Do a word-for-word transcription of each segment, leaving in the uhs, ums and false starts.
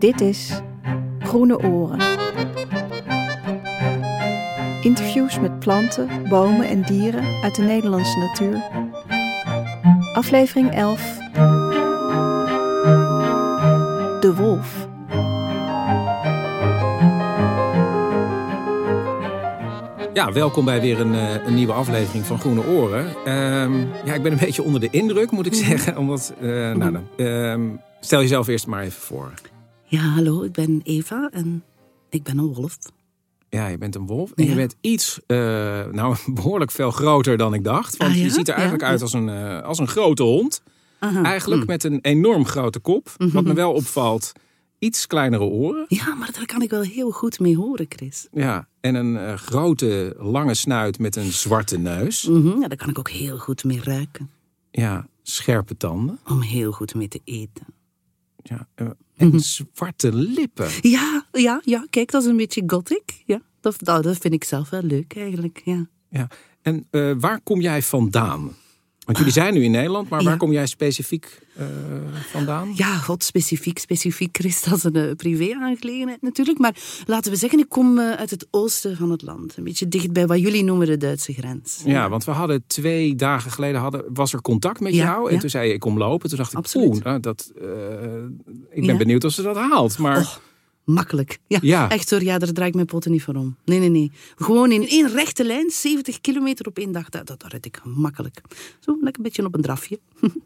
Dit is Groene Oren. Interviews met planten, bomen en dieren uit de Nederlandse natuur. Aflevering elf. De wolf. Ja, welkom bij weer een, uh, een nieuwe aflevering van Groene Oren. Um, ja, ik ben een beetje onder de indruk, moet ik zeggen. Omdat, uh, nou, nou, um, stel jezelf eerst maar even voor. Ja, hallo, ik ben Eva en ik ben een wolf. Ja, je bent een wolf. En ja. je bent iets, uh, nou, behoorlijk veel groter dan ik dacht. Want ah, ja? je ziet er eigenlijk ja? uit als een, uh, als een grote hond. Aha. Eigenlijk mm. met een enorm grote kop. Mm-hmm. Wat me wel opvalt, iets kleinere oren. Ja, maar daar kan ik wel heel goed mee horen, Chris. Ja, en een uh, grote, lange snuit met een zwarte neus. Mm-hmm. Ja, daar kan ik ook heel goed mee ruiken. Ja, scherpe tanden. Om heel goed mee te eten. Ja, uh, en mm-hmm. zwarte lippen. Ja, ja, ja, kijk, dat is een beetje gothic. Ja, dat, dat vind ik zelf wel leuk eigenlijk, ja. Ja, en uh, waar kom jij vandaan? Want jullie zijn nu in Nederland, maar waar ja. kom jij specifiek uh, vandaan? Ja, god, specifiek, specifiek, Chris, dat is een uh, privé-aangelegenheid natuurlijk. Maar laten we zeggen, ik kom uh, uit het oosten van het land. Een beetje dicht bij wat jullie noemen de Duitse grens. Ja, ja. Want we hadden twee dagen geleden, hadden, was er contact met ja, jou. En ja. toen zei je, ik kom lopen. Toen dacht ik, oeh, nou, dat, uh, ik ben ja. benieuwd of ze dat haalt. Maar... Oh. Makkelijk. Ja, ja. Echt hoor, ja, daar draai ik mijn poten niet voor om. Nee, nee, nee. Gewoon in één rechte lijn, zeventig kilometer op één dag, dat, dat, dat red ik makkelijk. Zo, lekker een beetje op een drafje.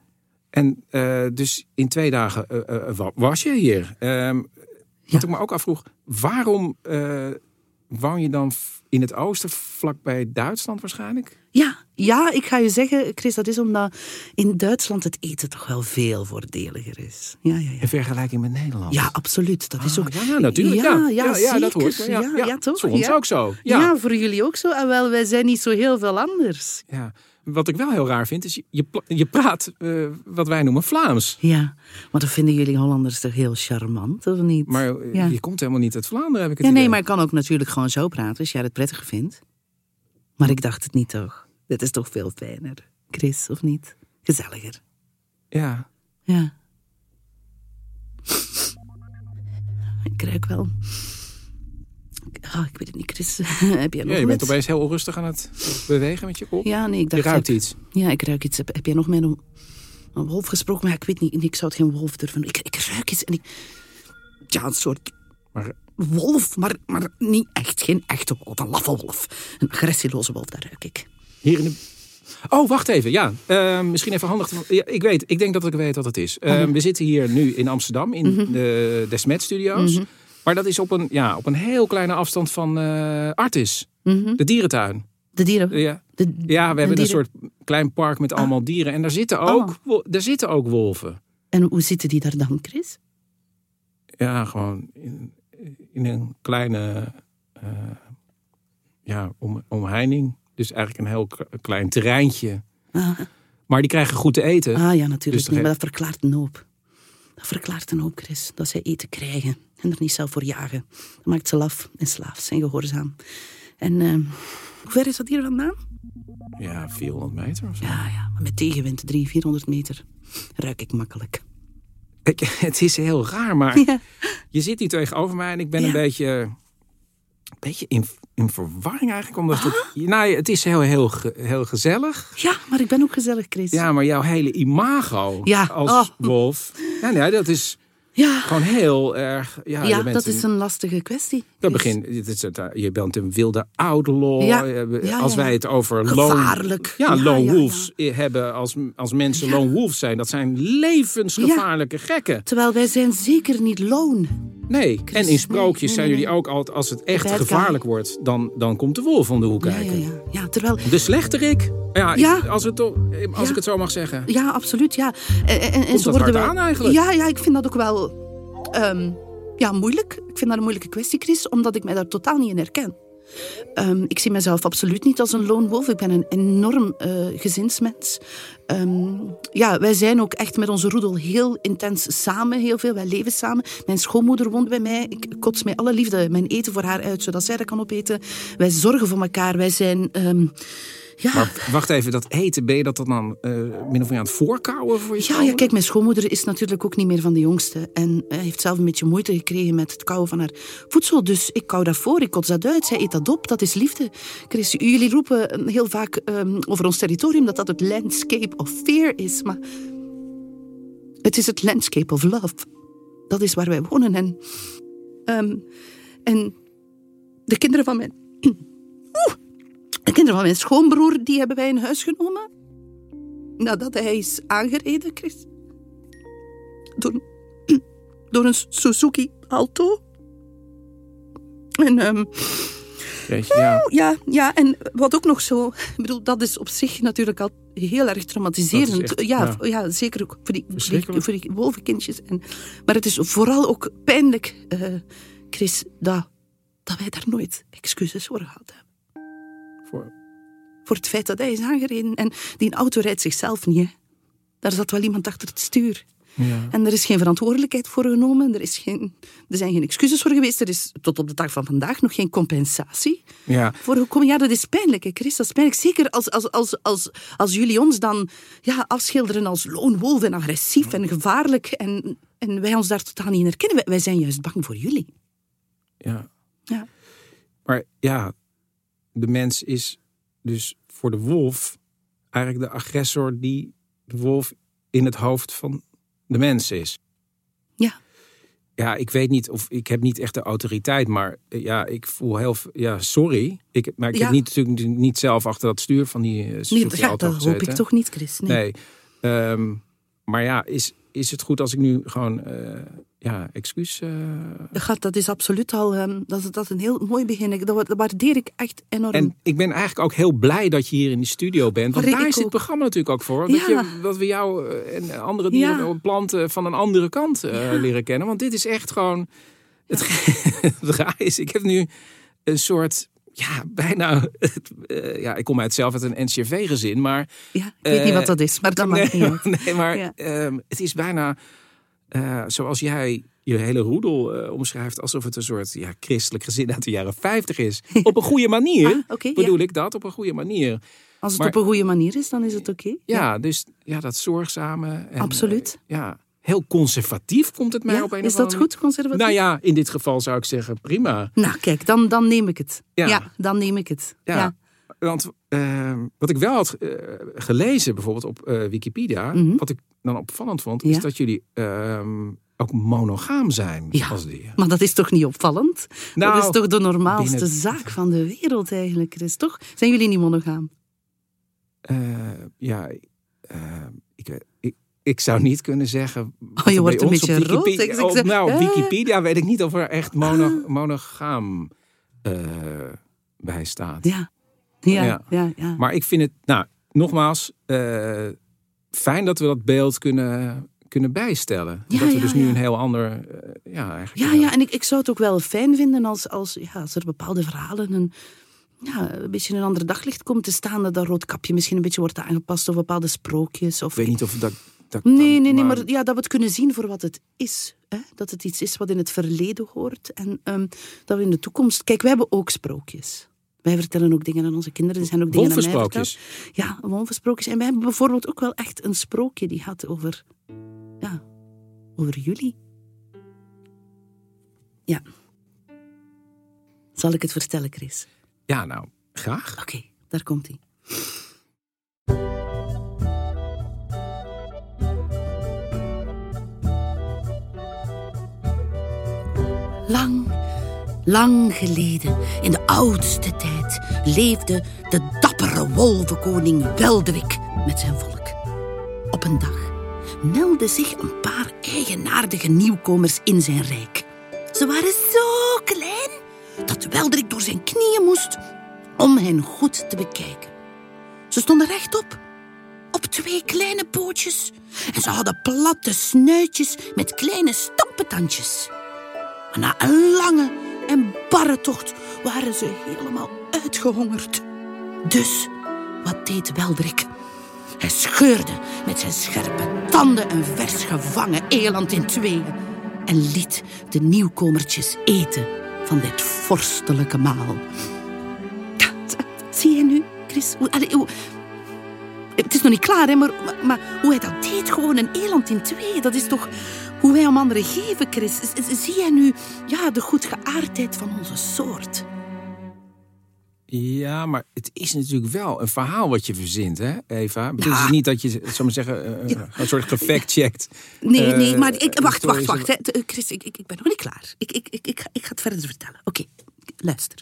En uh, dus in twee dagen uh, uh, was je hier. Uh, wat ja. ik me ook afvroeg, waarom uh, woon je dan in het oosten, vlakbij Duitsland waarschijnlijk? Ja, ja, ik ga je zeggen, Chris, dat is omdat in Duitsland het eten toch wel veel voordeliger is. Ja, ja, ja. In vergelijking met Nederland? Ja, absoluut. Dat is ook... Ah, ja, natuurlijk. Ja, ja, ja, ja, ja dat hoort. Ja, ja, ja, ja, toch? Voor ons ja. ook zo. Ja. ja, voor jullie ook zo. En wel, wij zijn niet zo heel veel anders. Ja. Wat ik wel heel raar vind, is je, je praat uh, wat wij noemen Vlaams. Ja, maar dat vinden jullie Hollanders toch heel charmant, of niet? Maar uh, ja. je komt helemaal niet uit Vlaanderen, heb ik het ja, idee. Nee, maar ik kan ook natuurlijk gewoon zo praten, als jij het prettig vindt. Maar ik dacht het niet toch. Dit is toch veel fijner, Chris, of niet? Gezelliger. Ja. Ja. Ik ruik wel... Oh, ik weet het niet, Chris. Heb jij nog ja, je bent met... opeens heel onrustig aan het bewegen met je kop. Ja, nee, ik dacht... Je ruikt heb... iets. Ja, ik ruik iets. Heb, heb jij nog met een, een wolf gesproken? Maar ja, ik weet niet, ik zou het geen wolf durven. Ik, ik ruik iets en ik... Ja, een soort... Maar... wolf, maar, maar niet echt. Geen echte wolf, een laffe wolf. Een agressieloze wolf, daar ruik ik. Hier in de... Oh, wacht even. Ja, uh, misschien even handig. Ja, ik weet, ik denk dat ik weet wat het is. Uh, mm-hmm. We zitten hier nu in Amsterdam, in mm-hmm. de Desmet Studios. Mm-hmm. Maar dat is op een, ja, op een heel kleine afstand van uh, Artis, mm-hmm. de dierentuin. De dieren? Uh, ja. De, ja, we hebben dieren... een soort klein park met allemaal ah. dieren. En daar zitten, ook, oh. wo- daar zitten ook wolven. En hoe zitten die daar dan, Chris? Ja, gewoon in, in een kleine uh, ja, om, omheining. Dus eigenlijk een heel klein terreintje. Ah. Maar die krijgen goed te eten. Ah ja, natuurlijk. Dus nee, maar dat verklaart een hoop. Dat verklaart een hoop, Chris. Dat zij eten krijgen. En er niet zelf voor jagen. Dat maakt ze laf en slaafs en gehoorzaam. En uh, hoe ver is dat hier vandaan? Ja, vierhonderd meter of zo. Ja, ja, maar met tegenwind, drie, vierhonderd meter. Ruik ik makkelijk. Ik, het is heel raar, maar ja. je zit hier tegenover mij en ik ben ja. een beetje... Een beetje in, in verwarring eigenlijk. Omdat het, nou, het is heel, heel, heel gezellig. Ja, maar ik ben ook gezellig, Chris. Ja, maar jouw hele imago ja. als oh. wolf... Ja, nee, dat is ja. gewoon heel erg... Ja, ja je bent dat een, is een lastige kwestie. Dat begint, het is, je bent een wilde outlaw. Ja. Ja, als wij het over gevaarlijk. Lone, ja, ja, lone ja, wolves ja. hebben, als, als mensen ja. lone wolves zijn. Dat zijn levensgevaarlijke ja. gekken. Terwijl wij zijn zeker niet lone. Nee, Chris, en in sprookjes nee, nee, zijn nee. jullie ook altijd, als het echt gevaarlijk guy. wordt, dan, dan komt de wolf om de hoek ja, kijken. Ja, ja. Ja, terwijl... De slechterik. Ja, ja. als, het, als ja. ik het zo mag zeggen. Ja, absoluut, ja. En, en, en komt ze dat worden hard wel... aan eigenlijk? Ja, ja, ik vind dat ook wel um, ja, moeilijk. Ik vind dat een moeilijke kwestie, Chris, omdat ik mij daar totaal niet in herken. Um, ik zie mezelf absoluut niet als een lone wolf. Ik ben een enorm uh, gezinsmens. Um, ja, wij zijn ook echt met onze roedel heel intens samen, heel veel. Wij leven samen. Mijn schoonmoeder woont bij mij. Ik kots met alle liefde mijn eten voor haar uit, zodat zij dat kan opeten. Wij zorgen voor elkaar. Wij zijn... Um, Ja. Maar wacht even, dat eten, ben je dat dan uh, min of meer aan het voorkouwen voor je ja, ja, kijk, mijn schoonmoeder is natuurlijk ook niet meer van de jongste. En uh, heeft zelf een beetje moeite gekregen met het kauwen van haar voedsel. Dus ik kou dat voor, ik kots dat uit, zij eet dat op, dat is liefde. Chris, jullie roepen heel vaak um, over ons territorium dat dat het landscape of fear is. Maar het is het landscape of love. Dat is waar wij wonen. En, um, en de kinderen van mijn... Oeh, de kinderen van mijn schoonbroer, die hebben wij in huis genomen. Nadat hij is aangereden, Chris. Door, door een Suzuki Alto. En... Um, Jeetje, ja. ja, ja, en wat ook nog zo... Ik bedoel, dat is op zich natuurlijk al heel erg traumatiserend. Echt, ja, ja. ja, zeker ook voor die, voor die, voor die wolvenkindjes. En, maar het is vooral ook pijnlijk, uh, Chris, dat, dat wij daar nooit excuses voor gehad hebben. Voor? Voor het feit dat hij is aangereden. En die auto rijdt zichzelf niet, hè. Daar zat wel iemand achter het stuur. Ja. En er is geen verantwoordelijkheid voor genomen. Er, is geen, er zijn geen excuses voor geweest. Er is tot op de dag van vandaag nog geen compensatie ja. voor gekomen. Ja, dat is pijnlijk, hè, Chris. Dat is pijnlijk. Zeker als, als, als, als, als jullie ons dan ja, afschilderen als loonwolf en agressief en gevaarlijk. En, en wij ons daar totaal niet in herkennen. Wij, wij zijn juist bang voor jullie. Ja. Ja. Maar ja, de mens is dus voor de wolf eigenlijk de agressor die de wolf in het hoofd van de mens is. Ja. Ja, ik weet niet of ik heb niet echt de autoriteit, maar ja, ik voel heel ja, sorry. Ik, maar ik ja. heb niet, natuurlijk niet zelf achter dat stuur van die uh, nee, ja, auto dat gezeten. hoop ik toch niet, Chris. Nee. nee. Um, maar ja, is, is het goed als ik nu gewoon uh, ja, excuus... Uh... Ja, dat is absoluut al um, dat is, dat is een heel mooi begin. Dat, dat waardeer ik echt enorm. En ik ben eigenlijk ook heel blij dat je hier in die studio bent. Want maar daar is dit ook. programma natuurlijk ook voor. Dat, ja. je, dat we jou en andere dieren, ja. planten van een andere kant uh, ja. leren kennen. Want dit is echt gewoon... Het, ja. het raar is, ik heb nu een soort... Ja, bijna... Uh, ja, ik kom uit zelf uit een N C R V-gezin, maar... Ja, ik weet uh, niet wat dat is, maar dat maakt nee, niet uit. Nee, maar ja. um, het is bijna... Uh, zoals jij je hele roedel uh, omschrijft... alsof het een soort ja, christelijk gezin uit de jaren vijftig is. Op een goede manier, ah, okay, bedoel ja. ik dat, op een goede manier. Als het maar, op een goede manier is, dan is het oké. Okay. Ja, ja, dus ja, dat zorgzame... En, absoluut. Uh, ja, heel conservatief komt het mij ja, op een is of andere... dat goed, conservatief? Nou ja, in dit geval zou ik zeggen prima. Nou, kijk, dan, dan neem ik het. Ja. ja, dan neem ik het. Ja, ja. want uh, wat ik wel had uh, gelezen, bijvoorbeeld op uh, Wikipedia... Mm-hmm. wat ik dan opvallend vond, ja. is dat jullie... Uh, ook monogaam zijn. Ja, als die. Maar dat is toch niet opvallend? Nou, dat is toch de normaalste binnen... zaak van de wereld eigenlijk, Chris, toch? Zijn jullie niet monogaam? Uh, ja, uh, ik, ik, ik zou niet kunnen zeggen... Oh, je wordt een beetje rood. Wikipedia, op, nou, op Wikipedia weet ik niet of er echt mono, monogaam uh, bij staat. Ja. Ja, ja. ja, ja. Maar ik vind het, nou, nogmaals, uh, fijn dat we dat beeld kunnen... kunnen bijstellen. Ja, dat we ja, dus nu ja. een heel ander... Uh, ja, eigenlijk ja, ja, en ik, ik zou het ook wel fijn vinden als, als, ja, als er bepaalde verhalen een, ja, een beetje in een ander daglicht komt te staan, dat dat roodkapje misschien een beetje wordt aangepast of bepaalde sprookjes. Of... Ik weet niet of dat... dat nee, kan, nee, nee, maar... maar ja, dat we het kunnen zien voor wat het is. Hè? Dat het iets is wat in het verleden hoort. En um, dat we in de toekomst... Kijk, wij hebben ook sprookjes. Wij vertellen ook dingen aan onze kinderen. Er zijn ook dingen aan mij verteld. Ja, wolvensprookjes. En wij hebben bijvoorbeeld ook wel echt een sprookje die gaat over... Ja, over jullie. Ja. Zal ik het vertellen, Chris? Ja, nou, graag. Oké, okay, daar komt hij. Lang, lang geleden, in de oudste tijd, leefde de dappere wolvenkoning Welderik met zijn volk. Op een dag meldden zich een paar eigenaardige nieuwkomers in zijn rijk. Ze waren zo klein dat Welderik door zijn knieën moest om hen goed te bekijken. Ze stonden rechtop, op twee kleine pootjes, en ze hadden platte snuitjes met kleine stampetandjes. Maar na een lange en barre tocht waren ze helemaal uitgehongerd. Dus wat deed Welderik? Hij scheurde met zijn scherpe tanden een vers gevangen eland in tweeën en liet de nieuwkomertjes eten van dit vorstelijke maal. Zie je nu, Chris. Hoe, allee, hoe... Het is nog niet klaar, hè, maar, maar, maar hoe hij dat deed, gewoon een eland in twee, dat is toch hoe wij om anderen geven, Chris. Zie jij nu ja, de goedgeaardheid van onze soort? Ja, maar het is natuurlijk wel een verhaal wat je verzint, hè, Eva? Het Ja. is niet dat je, zal maar zeggen, uh, ja. een soort gefact-checkt. Nee, uh, nee, maar ik, wacht, wacht, is wacht. Hè. Chris, ik, ik, ik ben nog niet klaar. Ik, ik, ik, ik, ga, ik ga het verder vertellen. Oké, okay, luister.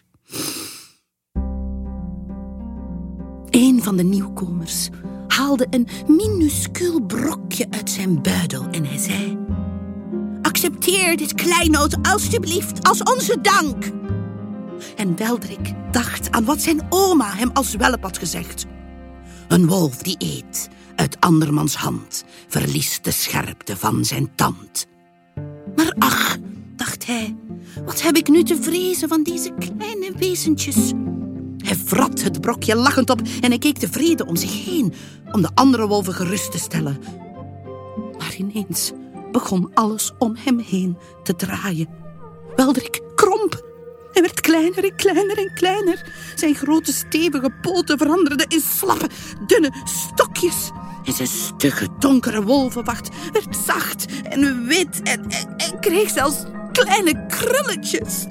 Een van de nieuwkomers haalde een minuscuul brokje uit zijn buidel en hij zei: accepteer dit kleinood alstublieft als onze dank. En Weldrik dacht aan wat zijn oma hem als welp had gezegd. Een wolf die eet uit andermans hand verliest de scherpte van zijn tand. Maar ach, dacht hij, wat heb ik nu te vrezen van deze kleine wezentjes? Hij vrat het brokje lachend op en hij keek tevreden om zich heen om de andere wolven gerust te stellen. Maar ineens begon alles om hem heen te draaien. Weldrik kromp. Hij werd kleiner en kleiner en kleiner. Zijn grote stevige poten veranderden in slappe, dunne stokjes. En zijn stugge, donkere wolvenwacht werd zacht en wit en, en, en kreeg zelfs kleine krulletjes.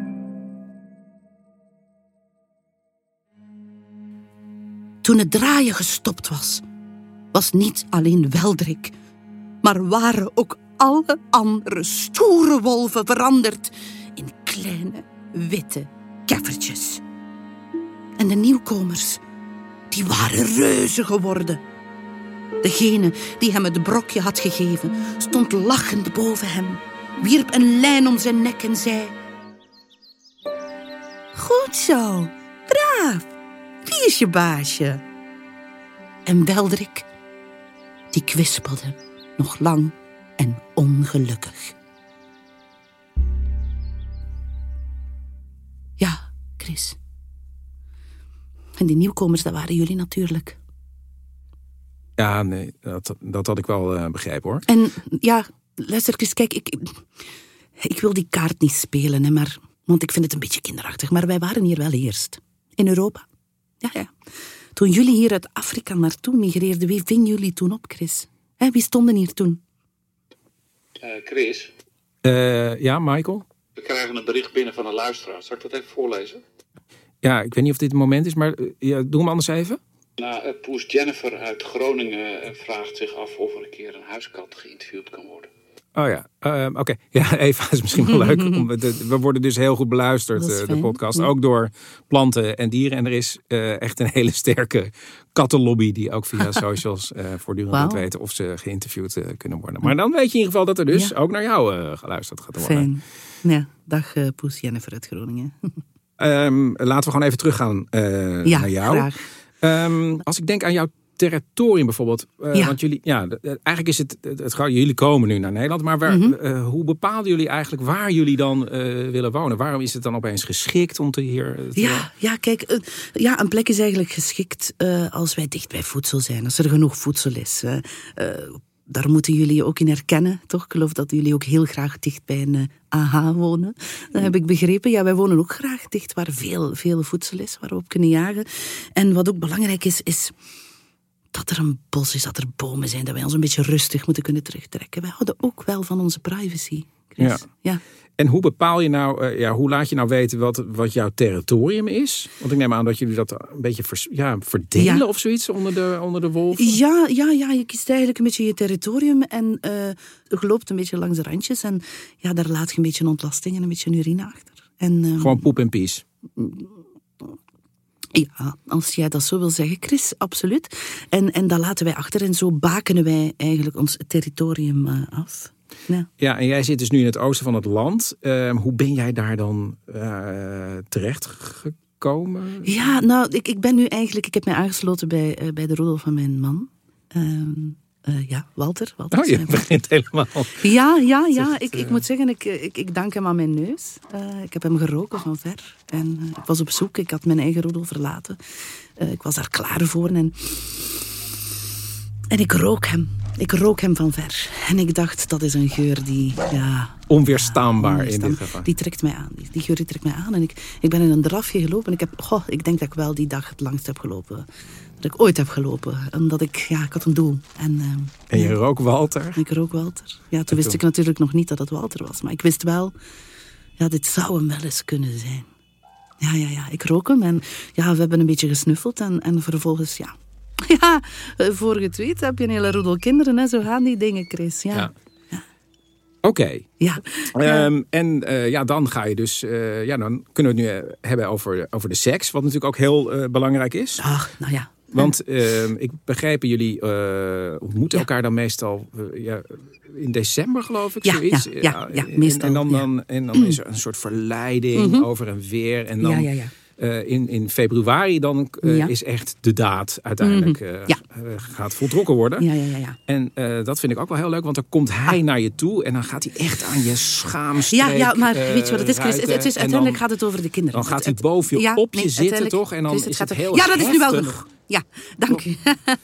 Toen het draaien gestopt was, was niet alleen Weldrik, maar waren ook alle andere stoere wolven veranderd in kleine, witte keffertjes. En de nieuwkomers, die waren reuzen geworden. Degene die hem het brokje had gegeven, stond lachend boven hem, wierp een lijn om zijn nek en zei: goed zo, braaf, wie is je baasje? En Weldrik, die kwispelde nog lang en ongelukkig. Ja, Chris. En die nieuwkomers, dat waren jullie natuurlijk. Ja, nee, dat, dat had ik wel uh, begrepen, hoor. En ja, luister Chris, kijk, ik, ik wil die kaart niet spelen, hè, maar, want ik vind het een beetje kinderachtig, maar wij waren hier wel eerst. In Europa. Ja, ja. Toen jullie hier uit Afrika naartoe migreerden, wie ving jullie toen op, Chris? Hè, wie stonden hier toen? Uh, Chris? Uh, ja, Michael? We krijgen een bericht binnen van een luisteraar. Zal ik dat even voorlezen? Ja, ik weet niet of dit het moment is, maar uh, ja, doe hem anders even. Nou, uh, Poes Jennifer uit Groningen uh, vraagt zich af of er een keer een huiskat geïnterviewd kan worden. Oh ja, uh, oké. Okay. Ja, Eva, is misschien wel leuk. Om, de, we worden dus heel goed beluisterd, uh, de podcast. Ja. Ook door planten en dieren. En er is uh, echt een hele sterke kattenlobby die ook via socials uh, voortdurend wow. laat weten of ze geïnterviewd uh, kunnen worden. Maar dan weet je in ieder geval dat er dus ja. ook naar jou uh, geluisterd gaat worden. Fijn. Ja, dag uh, Poes Jennifer uit Groningen. um, laten we gewoon even teruggaan uh, ja, naar jou. Graag. Um, als ik denk aan jouw territorium bijvoorbeeld. Uh, ja. Want jullie, ja, eigenlijk is het, het, het, jullie komen nu naar Nederland, maar waar, mm-hmm. uh, hoe bepaalden jullie eigenlijk waar jullie dan uh, willen wonen? Waarom is het dan opeens geschikt om te hier te ja, ja, kijk, uh, ja, een plek is eigenlijk geschikt uh, als wij dicht bij voedsel zijn, als er genoeg voedsel is. Uh, uh, daar moeten jullie ook in herkennen, toch? Ik geloof dat jullie ook heel graag dicht bij een uh, A H wonen. Dat heb ik begrepen. Ja, wij wonen ook graag dicht waar veel, veel voedsel is, waar we op kunnen jagen. En wat ook belangrijk is, is dat er een bos is, dat er bomen zijn, dat wij ons een beetje rustig moeten kunnen terugtrekken. Wij houden ook wel van onze privacy, Chris. Ja. Ja. En hoe bepaal je nou, uh, ja, hoe laat je nou weten wat, wat jouw territorium is? Want ik neem aan dat jullie dat een beetje vers, ja, verdelen ja. of zoiets onder de, onder de wolven? Ja, ja, ja, je kiest eigenlijk een beetje je territorium en uh, je loopt een beetje langs de randjes. En ja, daar laat je een beetje ontlasting en een beetje urine achter. En, uh, Gewoon poep en pies? Ja, als jij dat zo wil zeggen, Chris, absoluut. En, en dat laten wij achter en zo bakenen wij eigenlijk ons territorium uh, af. Ja. ja, en jij zit dus nu in het oosten van het land. Uh, hoe ben jij daar dan uh, terecht gekomen? Ja, nou, ik, ik ben nu eigenlijk... Ik heb mij aangesloten bij, uh, bij de roedel van mijn man. Uh, uh, ja, Walter. Walter oh, je begint helemaal... Ja, ja, ja. Ik, ik moet zeggen, ik, ik, ik dank hem aan mijn neus. Uh, ik heb hem geroken van ver. En uh, ik was op zoek. Ik had mijn eigen roedel verlaten. Uh, ik was daar klaar voor. En, en ik rook hem. Ik rook hem van ver. En ik dacht, dat is een geur die... Ja, onweerstaanbaar, ja, onweerstaanbaar in dit geval. Die trekt mij aan. Die, die geur die trekt mij aan. En ik, ik ben in een drafje gelopen. En ik, heb, goh, ik denk dat ik wel die dag het langst heb gelopen. Dat ik ooit heb gelopen. Omdat ik... Ja, ik had een doel. En, uh, en je ja, rook Walter? Ik rook Walter. Ja, toen wist toen? ik natuurlijk nog niet dat het Walter was. Maar ik wist wel... Ja, dit zou hem wel eens kunnen zijn. Ja, ja, ja. Ik rook hem. En ja, we hebben een beetje gesnuffeld. En, en vervolgens, ja... Ja, voor je het weet heb je een hele roedel kinderen. Hè. Zo gaan die dingen, Chris. Ja. ja. ja. Oké. Okay. Ja. Um, en uh, ja, dan ga je dus... Uh, ja, dan kunnen we het nu hebben over, over de seks. Wat natuurlijk ook heel uh, belangrijk is. Ach, nou ja. Want uh, ik begrijp, jullie uh, ontmoeten ja. elkaar dan meestal uh, ja, in december, geloof ik, ja, zoiets. Ja, ja, ja, meestal. En, en dan, ja. dan, en dan is er een soort verleiding mm-hmm. over en weer. En dan... Ja, ja, ja. Uh, in, in februari dan uh, ja. is echt de daad uiteindelijk uh, ja. uh, gaat voltrokken worden. Ja, ja, ja, ja. En uh, dat vind ik ook wel heel leuk, want dan komt hij ah. naar je toe en dan gaat hij echt aan je schaamstreek. Ja, ja, maar uh, weet je wat het is, Chris? Het, het is uiteindelijk dan, gaat het over de kinderen. Dan gaat het, hij boven je ja, op je nee, zitten, toch? En dan Chris, is het het gaat heel Ja, dat is nu wel heftig. genoeg. Ja, dank u.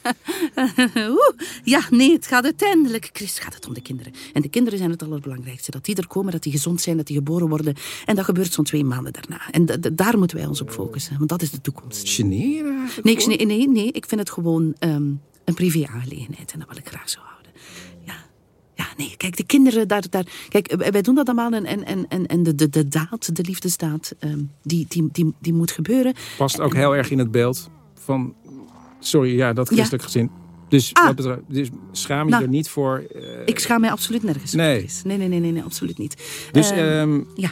Ja, nee, het gaat uiteindelijk, Chris, gaat het om de kinderen. En de kinderen zijn het allerbelangrijkste. Dat die er komen, dat die gezond zijn, dat die geboren worden. En dat gebeurt zo'n twee maanden daarna. En d- d- daar moeten wij ons op focussen, want dat is de toekomst. Generen eigenlijk? Nee, ik, nee, nee, nee, ik vind het gewoon um, een privé-aangelegenheid. En dat wil ik graag zo houden. Ja, ja nee, kijk, de kinderen, daar, daar, kijk, wij doen dat allemaal. En, en, en, en de, de, de daad, de liefdesdaad, um, die, die, die, die moet gebeuren. Past ook heel erg in het beeld van... Sorry, ja, dat christelijk ja. gezin. Dus, ah. wat betreft, dus schaam je nou, er niet voor? Uh, ik schaam mij absoluut nergens voor. Nee. Nee, nee, nee, nee, nee, absoluut niet. Dus, uh, um, ja.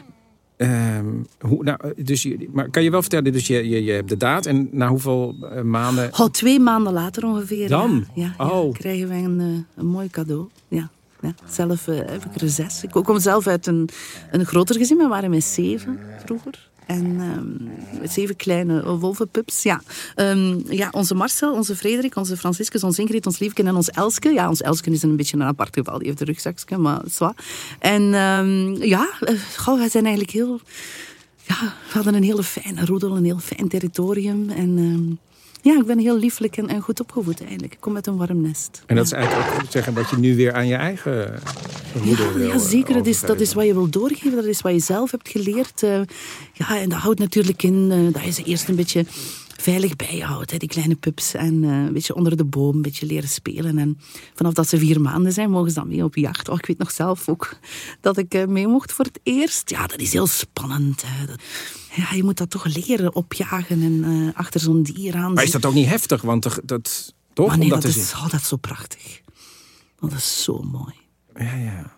Um, hoe, nou, dus je, maar kan je wel vertellen, dus je, je, je hebt de daad en na hoeveel uh, maanden? Oh, twee maanden later ongeveer. Dan? Ja, ja, oh. ja, krijgen wij een, uh, een mooi cadeau. Ja. Ja, zelf uh, heb ik er zes. Ik kom zelf uit een, een groter gezin, we waren met zeven vroeger. En um, zeven kleine wolvenpups. Ja. Um, ja, onze Marcel, onze Frederik, onze Franciscus, onze Ingrid, ons Liefke en ons Elske. Ja, ons Elske is een beetje een apart geval. Die heeft een rugzakje, maar zwaar. En um, ja, uh, gauw, wij zijn eigenlijk heel... Ja, we hadden een hele fijne roedel, een heel fijn territorium. En... Um, Ja, ik ben heel lieflijk en, en goed opgevoed eigenlijk. Ik kom uit een warm nest. En dat ja. is eigenlijk ook zeggen wat je nu weer aan je eigen moeder ja, wil ja, zeker. Dat is, dat is uh, wat je wil doorgeven. Dat is wat je zelf hebt geleerd. Uh, ja, en dat houdt natuurlijk in uh, dat je ze eerst een beetje veilig bij je houdt. Hè, die kleine pups. En uh, een beetje onder de boom, een beetje leren spelen. En vanaf dat ze vier maanden zijn, mogen ze dan mee op jacht. Oh, ik weet nog zelf ook dat ik uh, mee mocht voor het eerst. Ja, dat is heel spannend. Hè. Dat, ja, je moet dat toch leren, opjagen en uh, achter zo'n dier aan. Maar is dat ook niet heftig? Want dat, dat toch? Maar nee, dat, dat, is, is, oh, dat is zo prachtig. Dat is zo mooi. Ja, ja.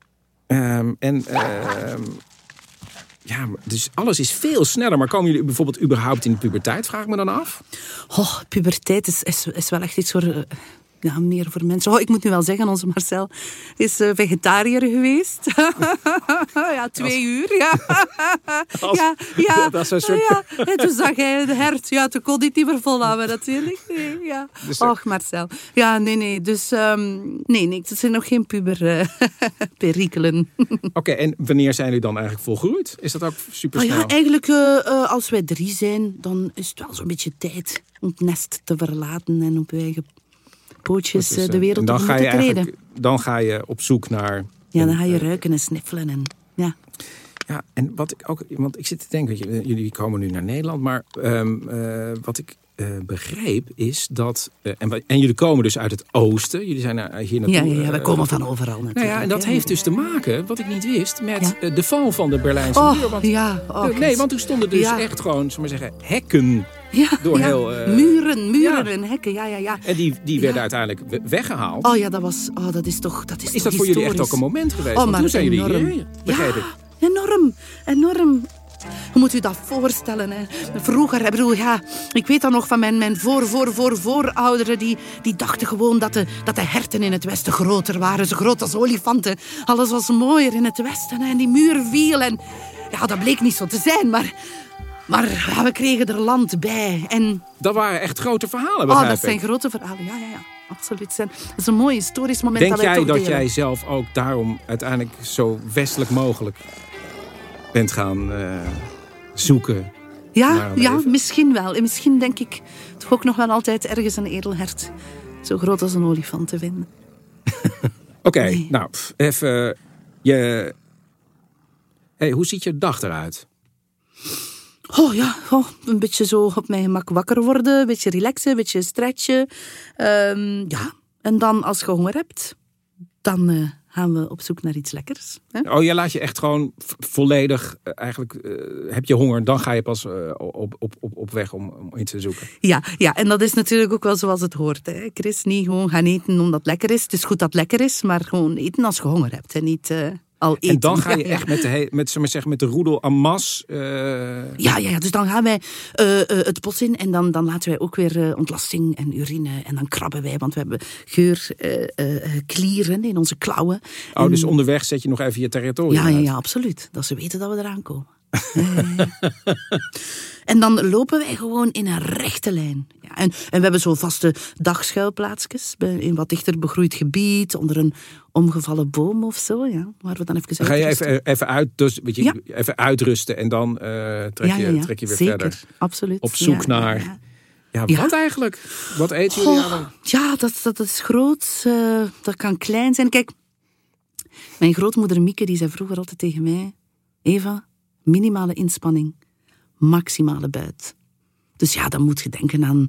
Um, en... Um, ja, dus alles is veel sneller. Maar komen jullie bijvoorbeeld überhaupt in de puberteit? Vraag ik me dan af. Oh, puberteit is, is, is wel echt iets voor... Uh, Ja, meer voor mensen. Oh, ik moet nu wel zeggen, onze Marcel is uh, vegetariër geweest. Ja, twee Als... uur. Ja. Als... ja, ja. Dat is een soort... ja. En toen zag hij de hert. Ja, toen kon hij het niet meer volhouden natuurlijk. Nee, ja. Dus, Och, Marcel. Ja, nee, nee. Dus, um, nee, nee. Het zijn nog geen puber uh, perikelen. Oké, okay, en wanneer zijn jullie dan eigenlijk volgroeid? Is dat ook super snel? Oh, ja, eigenlijk uh, uh, als wij drie zijn, dan is het wel zo'n beetje tijd om het nest te verlaten en op je eigen pootjes is, de wereld te moeten treden. Dan ga je op zoek naar... Ja, dan ga je ruiken en sniffelen. En, ja. ja, en wat ik ook... Want ik zit te denken, jullie komen nu naar Nederland, maar um, uh, wat ik uh, begreep is dat... Uh, en, en jullie komen dus uit het oosten. Jullie zijn uh, hier naartoe... Ja, ja, ja, we komen van overal natuurlijk. Nou ja, en dat ja, heeft ja. dus te maken, wat ik niet wist, met ja? uh, de val van de Berlijnse oh, muur. Want, ja, oh, uh, nee, want toen stonden dus ja. echt gewoon, zullen we zeggen, hekken... Ja, door ja. heel, uh, muren, muren ja. en hekken, ja, ja, ja. En die, die werden ja. uiteindelijk weggehaald. Oh ja, dat was, oh, dat is toch, dat is, is toch dat voor historisch. jullie echt ook een moment geweest? Oh, Want maar toen zijn enorm. jullie hier, begreep ik. Ja, enorm, enorm. Je moet u dat voorstellen. Hè. Vroeger, ik bedoel, ja, ik weet dat nog van mijn, mijn voor, voor, voor, voorouderen. Die, die dachten gewoon dat de, dat de herten in het westen groter waren. Zo groot als olifanten. Alles was mooier in het westen. Hè. En die muur viel. En ja, dat bleek niet zo te zijn, maar... Maar ja, we kregen er land bij. En... Dat waren echt grote verhalen, begrijp ik. Oh, dat ik. zijn grote verhalen, ja, ja, ja. Absoluut. Dat is een mooi historisch moment. Denk dat wij jij toch dat delen. jij zelf ook daarom uiteindelijk zo westelijk mogelijk bent gaan uh, zoeken? Ja, ja, misschien wel. En misschien denk ik toch ook nog wel altijd ergens een edelhert zo groot als een olifant te vinden. Oké, okay, Nee. nou, even... Je... Hey, hoe ziet je dag eruit? Oh ja, oh, een beetje zo op mijn gemak wakker worden. Een beetje relaxen, een beetje stretchen. Um, ja, en dan als je honger hebt, dan uh, gaan we op zoek naar iets lekkers. Hè? Oh, je laat je echt gewoon volledig... Uh, eigenlijk uh, heb je honger, dan ga je pas uh, op, op, op, op weg om, om iets te zoeken. Ja, ja, en dat is natuurlijk ook wel zoals het hoort. Hè. Chris, niet gewoon gaan eten omdat het lekker is. Het is goed dat het lekker is, maar gewoon eten als je honger hebt. En niet... Uh, Al eten. En dan ga je ja, echt ja. met, de he- met, zeg maar zeggen, met de roedel en mas. Uh... Ja, ja, ja, dus dan gaan wij uh, uh, het bos in en dan, dan laten wij ook weer uh, ontlasting en urine. En dan krabben wij, want we hebben geurklieren uh, uh, in onze klauwen. Oh, en... dus onderweg zet je nog even je territorium Ja, ja, uit. ja, absoluut. Dat ze weten dat we eraan komen. En dan lopen wij gewoon in een rechte lijn. Ja, en, en we hebben zo vaste dagschuilplaatsjes in wat dichter begroeid gebied, onder een omgevallen boom of zo, ja, waar we dan even Dan ga je even, even, uit, dus, weet je, ja. even uitrusten en dan uh, trek, ja, ja, ja. je, trek je weer Zeker, verder. Absoluut. Op zoek ja, naar... Ja, ja. Ja, Ja. wat eigenlijk? Wat eten jullie Oh, aan? ja, dat, dat is groot. Uh, dat kan klein zijn. Kijk, mijn grootmoeder Mieke die zei vroeger altijd tegen mij: Eva, minimale inspanning, maximale buit. Dus ja, dan moet je denken aan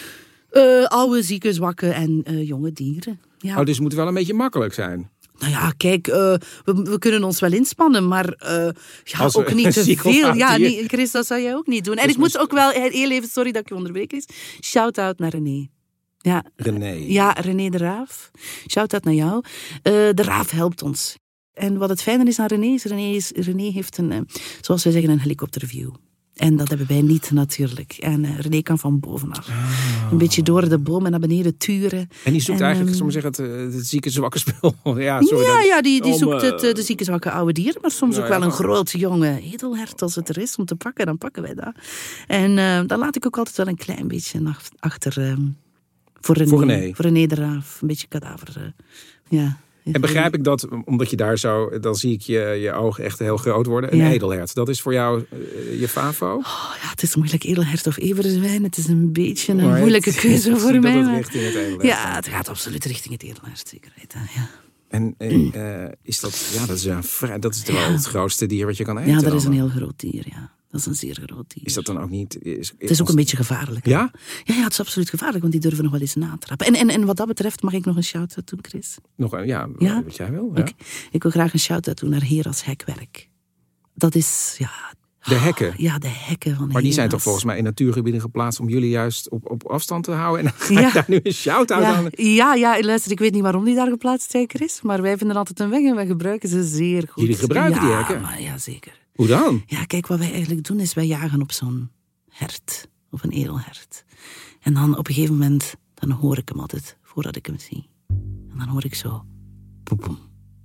uh, oude, zieke, zwakke en uh, jonge dieren. Ja. Oh, dus het moet wel een beetje makkelijk zijn. Nou ja, kijk, uh, we, we kunnen ons wel inspannen, maar uh, ja, Als ook niet te ziek of veel. oud Ja, dier. niet, Chris, dat zou jij ook niet doen. En Dus ik moet mis- ook wel, heel even, sorry dat ik je onderbreek, Chris. Shout-out naar René. Ja, René. Ja, René de Raaf. Shout-out naar jou. Uh, de Raaf helpt ons. En wat het fijne is aan René, is René, is, René heeft een, uh, zoals wij zeggen, een helikopterview. En dat hebben wij niet natuurlijk. En uh, René kan van bovenaf. Oh. Een beetje door de bomen naar beneden turen. En die zoekt en, eigenlijk, um, zullen we zeggen, het, het zieke zwakke spul. ja, sorry, ja, dat- ja, die, die om, zoekt uh, het, uh, de zieke zwakke oude dieren. Maar soms ja, ook wel ja. een groot, jonge edelhert als het er is om te pakken. Dan pakken wij dat. En uh, dan laat ik ook altijd wel een klein beetje nach- achter... Um, voor, René, Voor René. Voor René de Raaf. Een beetje kadaver. Uh, ja. En begrijp ik dat, omdat je daar zo, dan zie ik je, je ogen echt heel groot worden. Een Ja. edelhert, dat is voor jou uh, je favo? Oh, ja, het is moeilijk, edelhert of everzwijn. Het is een beetje een Maar moeilijke het- keuze ik voor zie mij. dat het maar- richting het edelhert Ja, gaat. het gaat absoluut richting het edelhert, zeker weten. Ja, En uh, is dat, ja, dat is, een vrij, dat is wel Ja. het grootste dier wat je kan eten. ja dat is dan. een heel groot dier, ja. Dat is een zeer groot dier. Is dat dan ook niet... Is, Het is ook een beetje gevaarlijk. Ja? Ja, ja, het is absoluut gevaarlijk, want die durven nog wel eens natrappen. En, en, en wat dat betreft mag ik nog een shout-out doen, Chris. Nog een, ja, Ja? wat jij wil. Ja. Oké. Ik wil graag een shout-out doen naar Heras Hekwerk. Dat is, ja... De hekken. Ja, de hekken van Maar die zijn Heras. toch volgens mij in natuurgebieden geplaatst om jullie juist op, op afstand te houden. En dan ga je Ja. daar nu een shout-out Ja, aan. ja, ja, luister, ik weet niet waarom die daar geplaatst zijn, Chris. Maar wij vinden altijd een weg en wij gebruiken ze zeer goed. Jullie gebruiken ja, die hekken? Maar, ja, zeker. Hoe dan? Ja, kijk, wat wij eigenlijk doen is wij jagen op zo'n hert. Op een edelhert. En dan op een gegeven moment, dan hoor ik hem altijd, voordat ik hem zie. En dan hoor ik zo... Poepoem.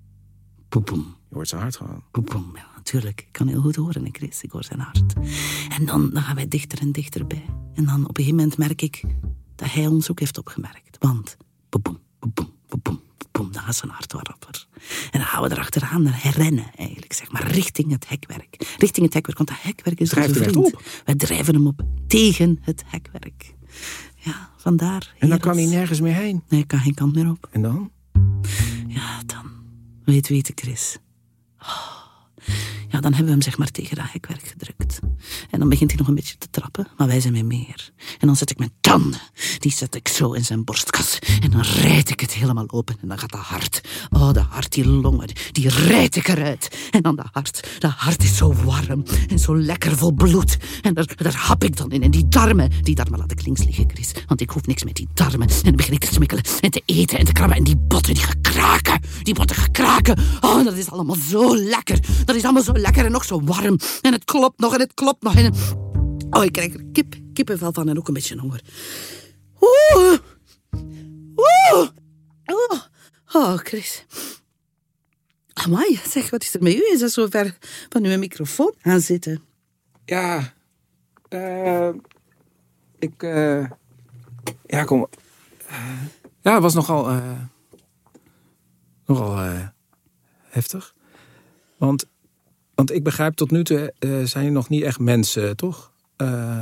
Poepoem. Je hoort zo hard gewoon. Poepoem. Ja, natuurlijk. Ik kan heel goed horen, hè, Chris. Ik hoor zijn hart. En dan, dan gaan wij dichter en dichter bij. En dan op een gegeven moment merk ik dat hij ons ook heeft opgemerkt. Want... Poepoem, poepoem, poepoem, poepoem. Dan gaat zijn hart wat rapper. En dan gaan we erachteraan naar rennen, eigenlijk. Zeg maar, richting het hekwerk. Richting het hekwerk, want dat hekwerk is Drijft onze hem echt vriend. op? Wij drijven hem op tegen het hekwerk. Ja, vandaar. En dan Heras. kan hij nergens meer heen. Nee, ik kan geen kant meer op. En dan? Ja, dan. Weet weten, Chris. Oh. Ja, dan hebben we hem zeg maar tegen dat hekwerk gedrukt. En dan begint hij nog een beetje te trappen, maar wij zijn mee meer. En dan zet ik mijn tanden, die zet ik zo in zijn borstkas. En dan rijd ik het helemaal open en dan gaat dat hart. Oh, dat hart, die longen, die rijd ik eruit. En dan dat hart, dat hart is zo warm en zo lekker vol bloed. En daar, daar hap ik dan in. En die darmen, die darmen laat ik links liggen, Chris. Want ik hoef niks met die darmen. En dan begin ik te smikkelen en te eten en te krabben. En die botten, die gekraken, die botten gekraken. Oh, dat is allemaal zo lekker. Dat is allemaal zo lekker en nog zo warm. En het klopt nog en het klopt nog. En... Oh, ik krijg er kip, kippenvel van en ook een beetje honger. Oeh. Oeh. Oh. Oh, Chris. Amai, zeg, wat is er met u? Is dat zo ver van uw microfoon gaan zitten? Ja. Uh, ik... Uh, ja, kom. Uh, ja, het was nogal... Uh, nogal uh, heftig. Want... Want ik begrijp, tot nu toe uh, zijn er nog niet echt mensen, toch? Uh,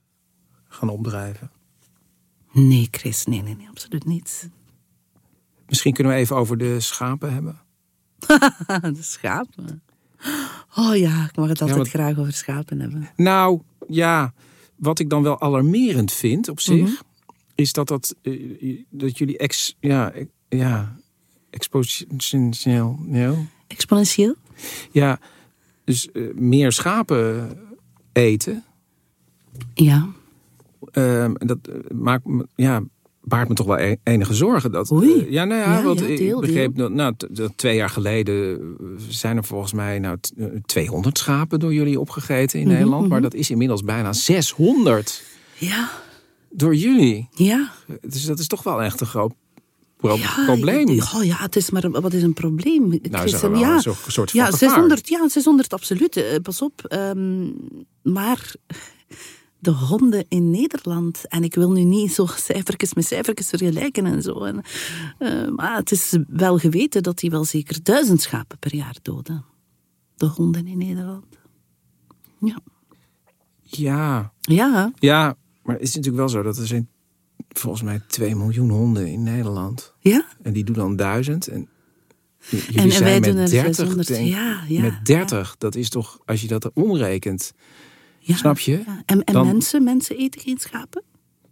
gaan opdrijven. Nee, Chris, nee, nee, nee, absoluut niet. Misschien kunnen we even over de schapen hebben. De schapen? Oh ja, ik mag het altijd ja, wat... graag over schapen hebben. Nou, ja, wat ik dan wel alarmerend vind op zich... Mm-hmm. is dat, dat, uh, dat jullie ex, ja, ja, exponentieel... Exponentieel? Ja, dus uh, meer schapen eten. Ja. Uh, dat uh, maakt me, ja, baart me toch wel enige zorgen. Dat, uh, ja, nou ja, ja, want ja, deel, ik begreep deel. dat, nou, t- dat twee jaar geleden zijn er volgens mij nou, t- tweehonderd schapen door jullie opgegeten in mm-hmm, Nederland. Maar dat is inmiddels bijna zeshonderd. Ja. Door jullie. Ja. Dus dat is toch wel echt een groot pro- ja, probleem. Oh ja, het is maar wat is een probleem? Nou, is er wel ja, een soort van ja, zeshonderd, ja, zeshonderd absoluut. Uh, pas op. Um, maar de honden in Nederland, en ik wil nu niet zo cijfertjes met cijfertjes vergelijken en zo. En, uh, maar het is wel geweten dat die wel zeker duizend schapen per jaar doden. De honden in Nederland. Ja. Ja. Ja. Ja. Maar het is natuurlijk wel zo dat er zijn volgens mij twee miljoen honden in Nederland. Ja? En die doen dan duizend. En jullie en, en zijn wij met doen er dertig. zeshonderd. Denk, ja, ja, met dertig, ja. Dat is toch, als je dat er omrekent. Ja, snap je? Ja. En, en dan, mensen, mensen eten geen schapen?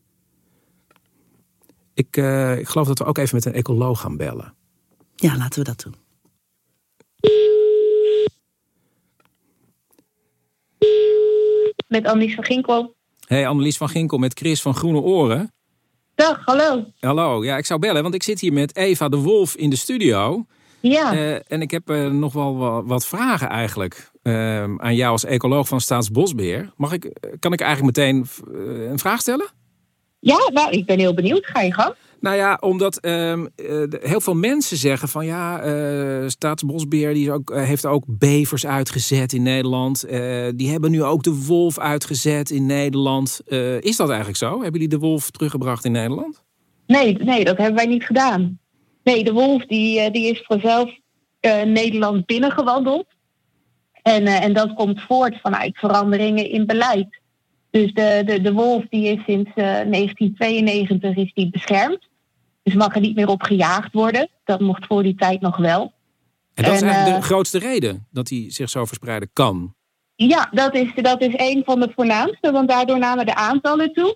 Ik, uh, ik geloof dat we ook even met een ecoloog gaan bellen. Ja, laten we dat doen. Met Annelies van Ginkel. Hey, Annelies van Ginkel met Chris van Groene Oren. Dag, hallo. Hallo, ja, ik zou bellen, want ik zit hier met Eva de Wolf in de studio. Ja. Uh, en ik heb uh, nog wel wat, wat vragen eigenlijk uh, aan jou als ecoloog van Staatsbosbeheer. Mag ik, kan ik eigenlijk meteen uh, een vraag stellen? Ja, nou, ik ben heel benieuwd. Ga je gang. Nou ja, omdat uh, uh, heel veel mensen zeggen van ja, uh, Staatsbosbeheer die is ook, uh, heeft ook bevers uitgezet in Nederland. Uh, die hebben nu ook de wolf uitgezet in Nederland. Uh, is dat eigenlijk zo? Hebben jullie de wolf teruggebracht in Nederland? Nee, nee, dat hebben wij niet gedaan. Nee, de wolf die, die is vanzelf uh, Nederland binnengewandeld. En, uh, en dat komt voort vanuit veranderingen in beleid. Dus de, de, de wolf die is sinds uh, negentien tweeënnegentig is die beschermd. Dus mag er niet meer op gejaagd worden. Dat mocht voor die tijd nog wel. En dat en, is eigenlijk uh, de grootste reden dat hij zich zo verspreiden kan? Ja, dat is, dat is een van de voornaamste. Want daardoor namen de aantallen toe.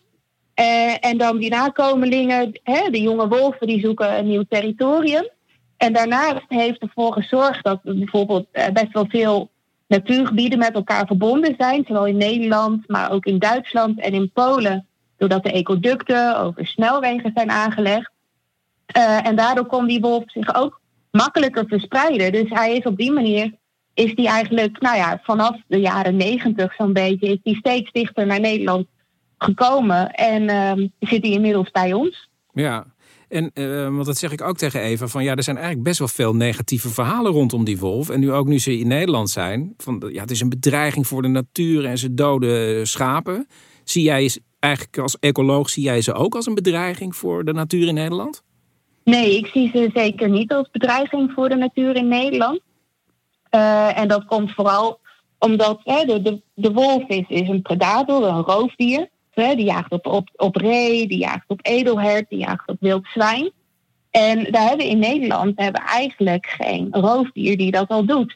Uh, en dan die nakomelingen, hè, de jonge wolven, die zoeken een nieuw territorium. En daarnaast heeft ervoor gezorgd dat bijvoorbeeld uh, best wel veel natuurgebieden met elkaar verbonden zijn. Zowel in Nederland, maar ook in Duitsland en in Polen. Doordat de ecoducten over snelwegen zijn aangelegd. Uh, en daardoor kon die wolf zich ook makkelijker verspreiden. Dus hij is op die manier, is die eigenlijk, nou ja, vanaf de jaren negentig zo'n beetje, is die steeds dichter naar Nederland gekomen. En uh, zit hij inmiddels bij ons. Ja, en uh, want dat zeg ik ook tegen Eva, van ja, er zijn eigenlijk best wel veel negatieve verhalen rondom die wolf. En nu ook nu ze in Nederland zijn, van ja, het is een bedreiging voor de natuur en ze doden schapen. Zie jij eigenlijk als ecoloog, zie jij ze ook als een bedreiging voor de natuur in Nederland? Nee, ik zie ze zeker niet als bedreiging voor de natuur in Nederland. Uh, en dat komt vooral omdat hè, de, de, de wolf is, is een predator, een roofdier. Hè, die jaagt op, op, op ree, die jaagt op edelhert, die jaagt op wild zwijn. En daar hebben we in Nederland hebben we eigenlijk geen roofdier die dat al doet.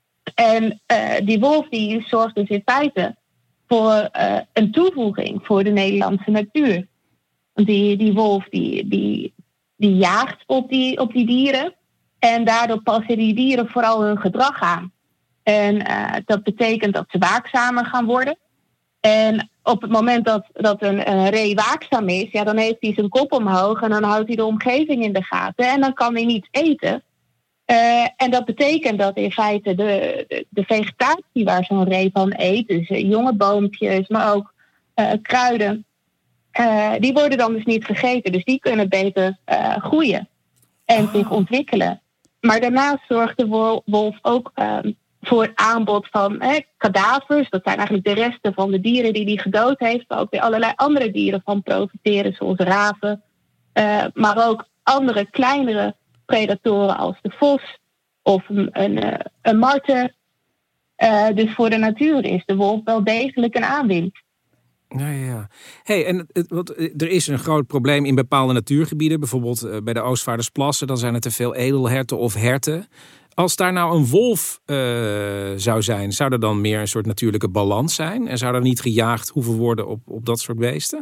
En uh, die wolf die zorgt dus in feite voor uh, een toevoeging voor de Nederlandse natuur. Die, die wolf die, die, die jaagt op die, op die dieren. En daardoor passen die dieren vooral hun gedrag aan. En uh, dat betekent dat ze waakzamer gaan worden. En op het moment dat, dat een, een ree waakzaam is, ja, dan heeft hij zijn kop omhoog en dan houdt hij de omgeving in de gaten. En dan kan hij niet eten. Uh, en dat betekent dat in feite de, de, de vegetatie waar zo'n ree van eet, dus uh, jonge boompjes, maar ook uh, kruiden, uh, die worden dan dus niet gegeten. Dus die kunnen beter uh, groeien en oh. zich ontwikkelen. Maar daarnaast zorgt de wolf ook uh, voor het aanbod van eh, kadavers. Dat zijn eigenlijk de resten van de dieren die hij gedood heeft. Maar ook weer allerlei andere dieren van profiteren, zoals raven. Uh, maar ook andere kleinere predatoren als de vos of een, een, een marter. Uh, dus voor de natuur is de wolf wel degelijk een aanwinst. Ja, ja, ja. Hey, en het, wat, er is een groot probleem in bepaalde natuurgebieden. Bijvoorbeeld uh, bij de Oostvaardersplassen. Dan zijn er te veel edelherten of herten. Als daar nou een wolf uh, zou zijn, zou er dan meer een soort natuurlijke balans zijn? En zou er niet gejaagd hoeven worden op, op dat soort beesten?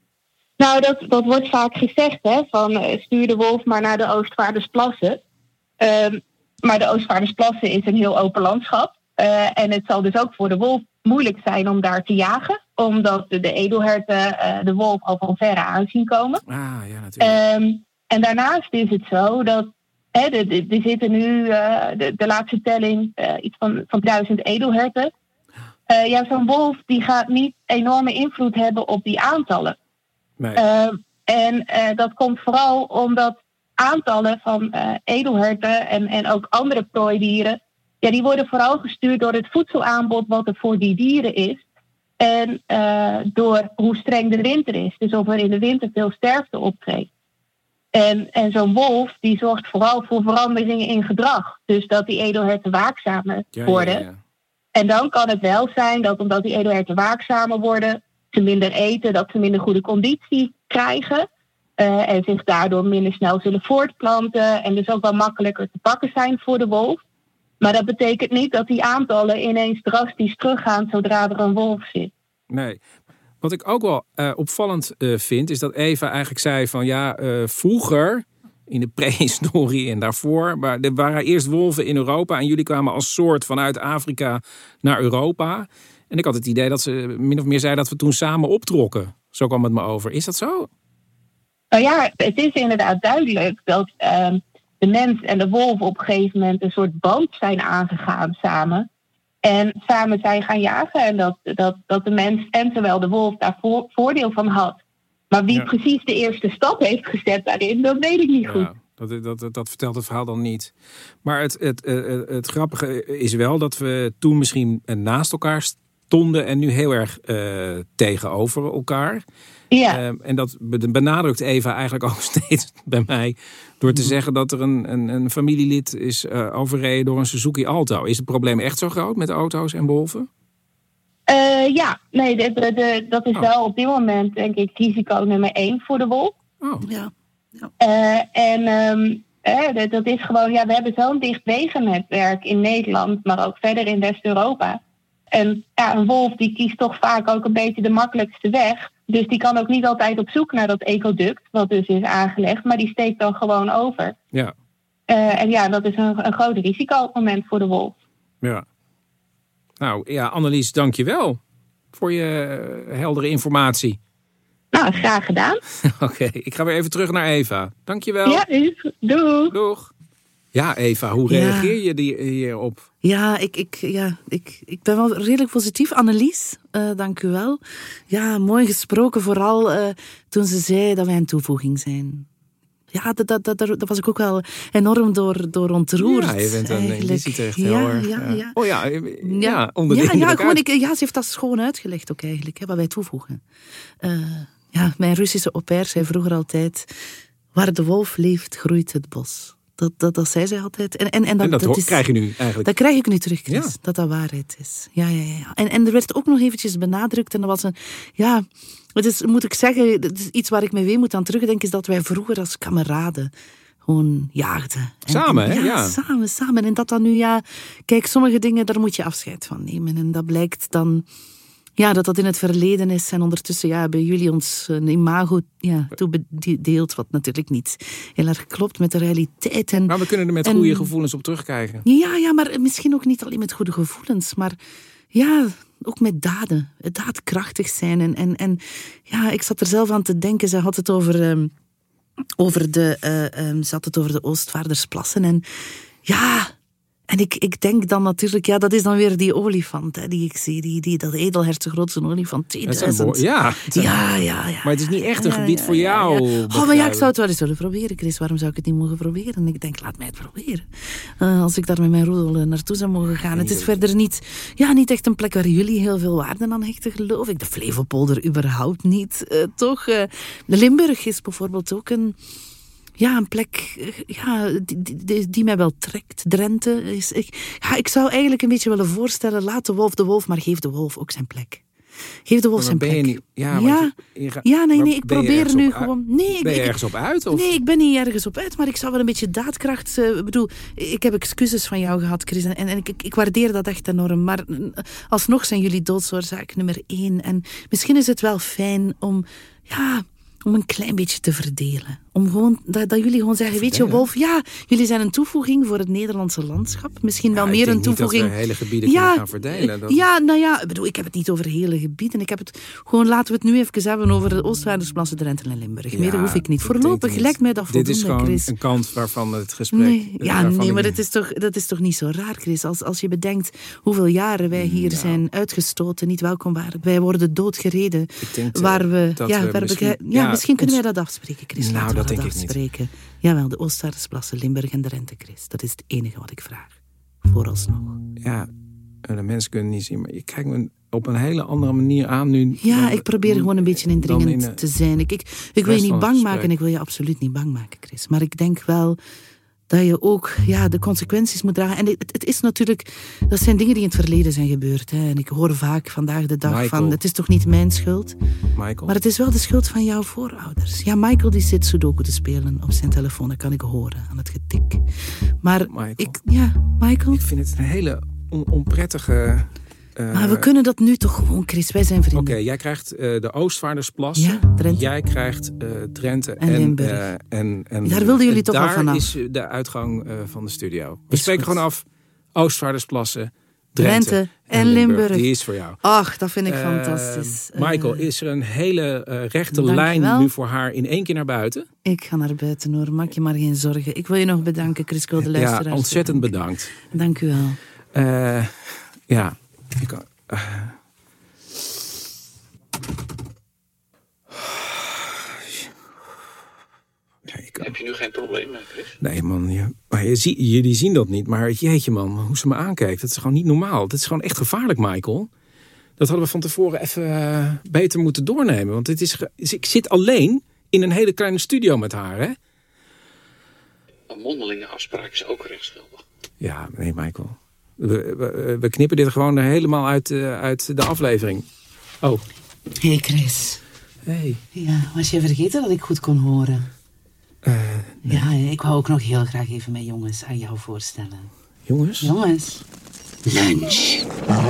Nou, dat, dat wordt vaak gezegd, hè, van uh, stuur de wolf maar naar de Oostvaardersplassen. Um, maar de Oostvaardersplassen is een heel open landschap. Uh, en het zal dus ook voor de wolf moeilijk zijn om daar te jagen. Omdat de, de edelherten uh, de wolf al van verre aanzien komen. Ah, ja, natuurlijk. Um, en daarnaast is het zo dat hè, er zitten nu uh, de, de laatste telling uh, iets van, van duizend edelherten. Uh, ja, zo'n wolf die gaat niet enorme invloed hebben op die aantallen. Nee. Uh, en uh, dat komt vooral omdat aantallen van uh, edelherten en, en ook andere prooidieren, ja, die worden vooral gestuurd door het voedselaanbod wat er voor die dieren is. En uh, door hoe streng de winter is. Dus of er in de winter veel sterfte optreedt. En, en zo'n wolf die zorgt vooral voor veranderingen in gedrag. Dus dat die edelherten waakzamer ja, worden. Ja, ja. En dan kan het wel zijn dat omdat die edelherten waakzamer worden, ze minder eten, dat ze minder goede conditie krijgen. Uh, en zich daardoor minder snel zullen voortplanten. En dus ook wel makkelijker te pakken zijn voor de wolf. Maar dat betekent niet dat die aantallen ineens drastisch teruggaan zodra er een wolf zit. Nee. Wat ik ook wel uh, opvallend uh, vind, is dat Eva eigenlijk zei van ja, uh, vroeger, in de prehistorie en daarvoor, maar er waren eerst wolven in Europa en jullie kwamen als soort vanuit Afrika naar Europa. En ik had het idee dat ze min of meer zei dat we toen samen optrokken. Zo kwam het me over. Is dat zo? Nou ja, het is inderdaad duidelijk dat uh, de mens en de wolf op een gegeven moment een soort band zijn aangegaan samen. En samen zijn gaan jagen. En dat, dat, dat de mens en zowel de wolf daar voor, voordeel van had. Maar wie ja. precies de eerste stap heeft gezet daarin, dat weet ik niet ja, goed. Dat, dat, dat, dat vertelt het verhaal dan niet. Maar het, het, het, het grappige is wel dat we toen misschien naast elkaar stonden en nu heel erg uh, tegenover elkaar. Ja. Uh, en dat benadrukt Eva eigenlijk ook steeds bij mij door te zeggen dat er een, een, een familielid is uh, overreden door een Suzuki Alto. Is het probleem echt zo groot met auto's en wolven? Uh, ja, nee, de, de, de, dat is oh. wel op dit moment denk ik risico nummer één voor de wolf. Oh. Ja. ja. Uh, en um, uh, dat is gewoon, ja, we hebben zo'n dicht wegennetwerk in Nederland, maar ook verder in West-Europa. En ja, een wolf die kiest toch vaak ook een beetje de makkelijkste weg. Dus die kan ook niet altijd op zoek naar dat ecoduct, wat dus is aangelegd. Maar die steekt dan gewoon over. Ja. Uh, en ja, dat is een, een groot risicomoment voor de wolf. Ja. Nou ja, Annelies, dank je wel voor je heldere informatie. Nou, graag gedaan. Oké, okay, ik ga weer even terug naar Eva. Dank je wel. Ja, doeg. Doeg. Ja, Eva, hoe reageer je die, hierop? Ja, ik, ik, ja ik, ik ben wel redelijk positief. Annelies, uh, dank u wel. Ja, mooi gesproken, vooral uh, toen ze zei dat wij een toevoeging zijn. Ja, dat, dat, dat, daar was ik ook wel enorm door, door ontroerd. Ja, je bent een, je ziet er echt heel ja, erg... Ja, ja. Oh ja, ja, ja onder de ja, ja, gewoon, ik, ja, ze heeft dat schoon uitgelegd ook eigenlijk, hè, wat wij toevoegen. Uh, ja, mijn Russische au pair zei vroeger altijd, waar de wolf leeft, groeit het bos. Dat, dat, dat zei zij altijd. En, en, en, dat, en dat, dat is, krijg je nu eigenlijk. Dat krijg ik nu terug, Chris. Ja. Dat dat waarheid is. Ja, ja, ja. En, en er werd ook nog eventjes benadrukt. En dat was een... Ja, het is, moet ik zeggen, het is iets waar ik me weer moet aan terugdenken, is dat wij vroeger als kameraden gewoon jaagden. En, samen, en, hè? Ja, ja, samen, samen. En dat dan nu, ja... Kijk, sommige dingen, daar moet je afscheid van nemen. En dat blijkt dan... Ja, dat dat in het verleden is. En ondertussen ja, hebben jullie ons een imago ja, toebedeeld, wat natuurlijk niet heel erg klopt met de realiteit. En, maar we kunnen er met en, goede gevoelens op terugkijken. Ja, ja, maar misschien ook niet alleen met goede gevoelens. Maar ja, ook met daden. Daadkrachtig zijn. En, en, en ja, ik zat er zelf aan te denken. Ze had het over, um, over, de, uh, um, ze had het over de Oostvaardersplassen. En ja... En ik, ik denk dan natuurlijk, ja, dat is dan weer die olifant, hè, die ik zie, die, die, dat edelhert, de grootste olifant, tweeduizend. Ja, ja, ja, ja. Maar het is niet echt een ja, gebied ja, voor jou. Ja, ja. Oh, maar ja, ik zou het wel eens willen proberen, Chris. Waarom zou ik het niet mogen proberen? En ik denk, laat mij het proberen. Uh, als ik daar met mijn roedel naartoe zou mogen gaan. Het is verder niet, ja, niet echt een plek waar jullie heel veel waarde aan hechten, geloof ik. De Flevopolder überhaupt niet, uh, toch? Uh, de Limburg is bijvoorbeeld ook een... Ja, een plek ja, die, die, die mij wel trekt. Drenthe. Is, ik, ja, ik zou eigenlijk een beetje willen voorstellen, laat de wolf de wolf, maar geef de wolf ook zijn plek. Geef de wolf Maar zijn ben je plek. niet... Ja, Ja. want je- je gaat- Ja, nee, maar nee, ik ben je probeer ergens nu op uit- gewoon... Nee, ik, Ben je ik- ergens op uit? Of? Nee, ik ben niet ergens op uit, maar ik zou wel een beetje daadkracht... Uh, ik bedoel, ik heb excuses van jou gehad, Chris, en, en ik, ik waardeer dat echt enorm. Maar alsnog zijn jullie doodsoorzaak nummer één. En misschien is het wel fijn om... Ja, om een klein beetje te verdelen. Om gewoon, dat, dat jullie gewoon zeggen, weet je, Wolf, ja, jullie zijn een toevoeging voor het Nederlandse landschap. Misschien wel Ja, meer ik denk een toevoeging. niet dat we hele gebieden ja, kunnen gaan verdelen. Dat ja, nou ja, ik bedoel, ik heb het niet over hele gebieden. Ik heb het gewoon, laten we het nu even hebben over de Oostvaardersplassen, Drenthe en Limburg. Ja, Meer hoef ik niet. ik Voorlopig denk niet. lijkt mij dat voldoende, Dit is gewoon Chris. een kant waarvan het gesprek... Nee, ja, waarvan nee, ik- maar dat is, toch, dat is toch niet zo raar, Chris? Als, als je bedenkt hoeveel jaren wij hier Nou. zijn uitgestoten, niet welkom waren. Wij worden doodgereden. Ik denk, Waar we, dat ja, we waar misschien- we, ja, ja, misschien kunnen ons- wij dat afspreken, Chris. Nou, Laten we dat denk ik niet. afspreken. Jawel, de Oostvaardersplassen, Limburg en Drenthe, Chris. Dat is het enige wat ik vraag. Vooralsnog. Ja, de mensen kunnen het niet zien, maar je kijkt me op een hele andere manier aan nu. Ja, dan- ik probeer gewoon een beetje dan indringend in de te zijn. Ik, ik, ik wil je rest niet van het bang gesprek. maken en ik wil je absoluut niet bang maken, Chris. Maar ik denk wel dat je ook ja, de consequenties moet dragen. En het, het is natuurlijk, dat zijn dingen die in het verleden zijn gebeurd. Hè. En ik hoor vaak vandaag de dag Michael. van, het is toch niet mijn schuld? Michael. Maar het is wel de schuld van jouw voorouders. Ja, Michael die zit Sudoku te spelen op zijn telefoon. Dat kan ik horen aan het getik. Maar Michael. ik, ja, Michael. Ik vind het een hele on- onprettige... uh, Maar we kunnen dat nu toch gewoon, Chris. Wij zijn vrienden. Oké, jij krijgt uh, de Oostvaardersplassen. Ja, Drenthe. Jij krijgt uh, Drenthe En en, Limburg. uh, en, en Daar wilden jullie en toch al daar vanaf? is uh, de uitgang uh, van de studio. We Is spreken goed. gewoon af. Oostvaardersplassen, Drenthe, Drenthe en Limburg. Die is voor jou. Ach, dat vind ik Uh, fantastisch. Michael, Uh, is er een hele uh, rechte Dank je lijn wel. nu voor haar in één keer naar buiten? Ik ga naar buiten hoor, maak je maar geen zorgen. Ik wil je nog bedanken, Chris. Ik wil de luisteraars Ja, ontzettend bedanken. bedankt. Dank u wel. Uh, ja, ik kan... Uh, ja, ik kan- Heb je nu geen probleem mee, Chris? Nee man, je, maar je zie, jullie zien dat niet. Maar jeetje man, hoe ze me aankijkt. Dat is gewoon niet normaal. Dat is gewoon echt gevaarlijk, Michael. Dat hadden we van tevoren even uh, beter moeten doornemen. Want het is, ge- ik zit alleen in een hele kleine studio met haar, hè? Een mondelinge afspraak is ook rechtsgeldig. Ja, nee Michael. We, we, we knippen dit gewoon er helemaal uit, uh, uit de aflevering. Oh, Hey Chris. hey. Ja, was je vergeten dat ik goed kon horen? Uh, Ja, ik wou ook nog heel graag even mijn jongens aan jou voorstellen. jongens? Jongens. Lunch.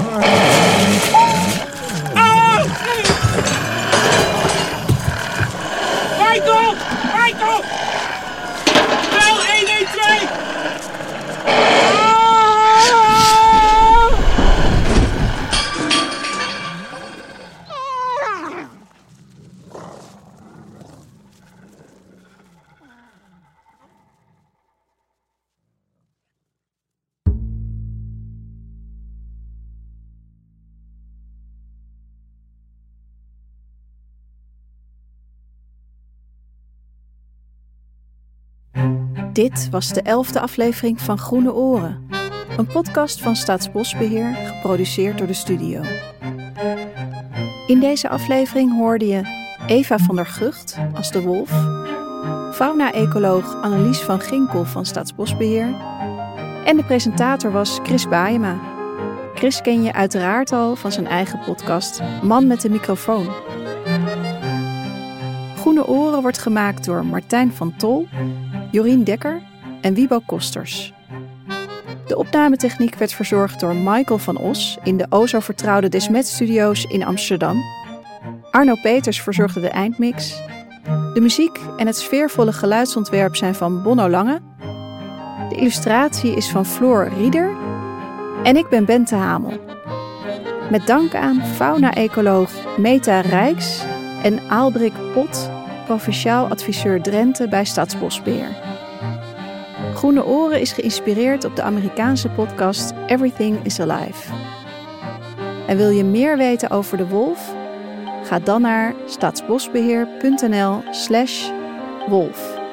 Michael! Michael! Bel één één twee! Dit was de elfde aflevering van Groene Oren. Een podcast van Staatsbosbeheer, geproduceerd door de studio. In deze aflevering hoorde je Eva van der Gucht als de wolf, fauna-ecoloog Annelies van Ginkel van Staatsbosbeheer en de presentator was Chris Baaema. Chris ken je uiteraard al van zijn eigen podcast Man met de microfoon. Groene Oren wordt gemaakt door Martijn van Tol, Jorien Dekker en Wiebo Kosters. De opnametechniek werd verzorgd door Michael van Os in de o zo vertrouwde Desmet Studios in Amsterdam. Arno Peters verzorgde de eindmix. De muziek en het sfeervolle geluidsontwerp zijn van Bonno Lange. De illustratie is van Floor Rieder. En ik ben Bente Hamel. Met dank aan fauna-ecoloog Meta Rijks en Aalbrik Pot, provinciaal adviseur Drenthe bij Staatsbosbeheer. Groene Oren is geïnspireerd op de Amerikaanse podcast Everything is Alive. En wil je meer weten over de wolf? Ga dan naar staatsbosbeheer punt n l slash wolf.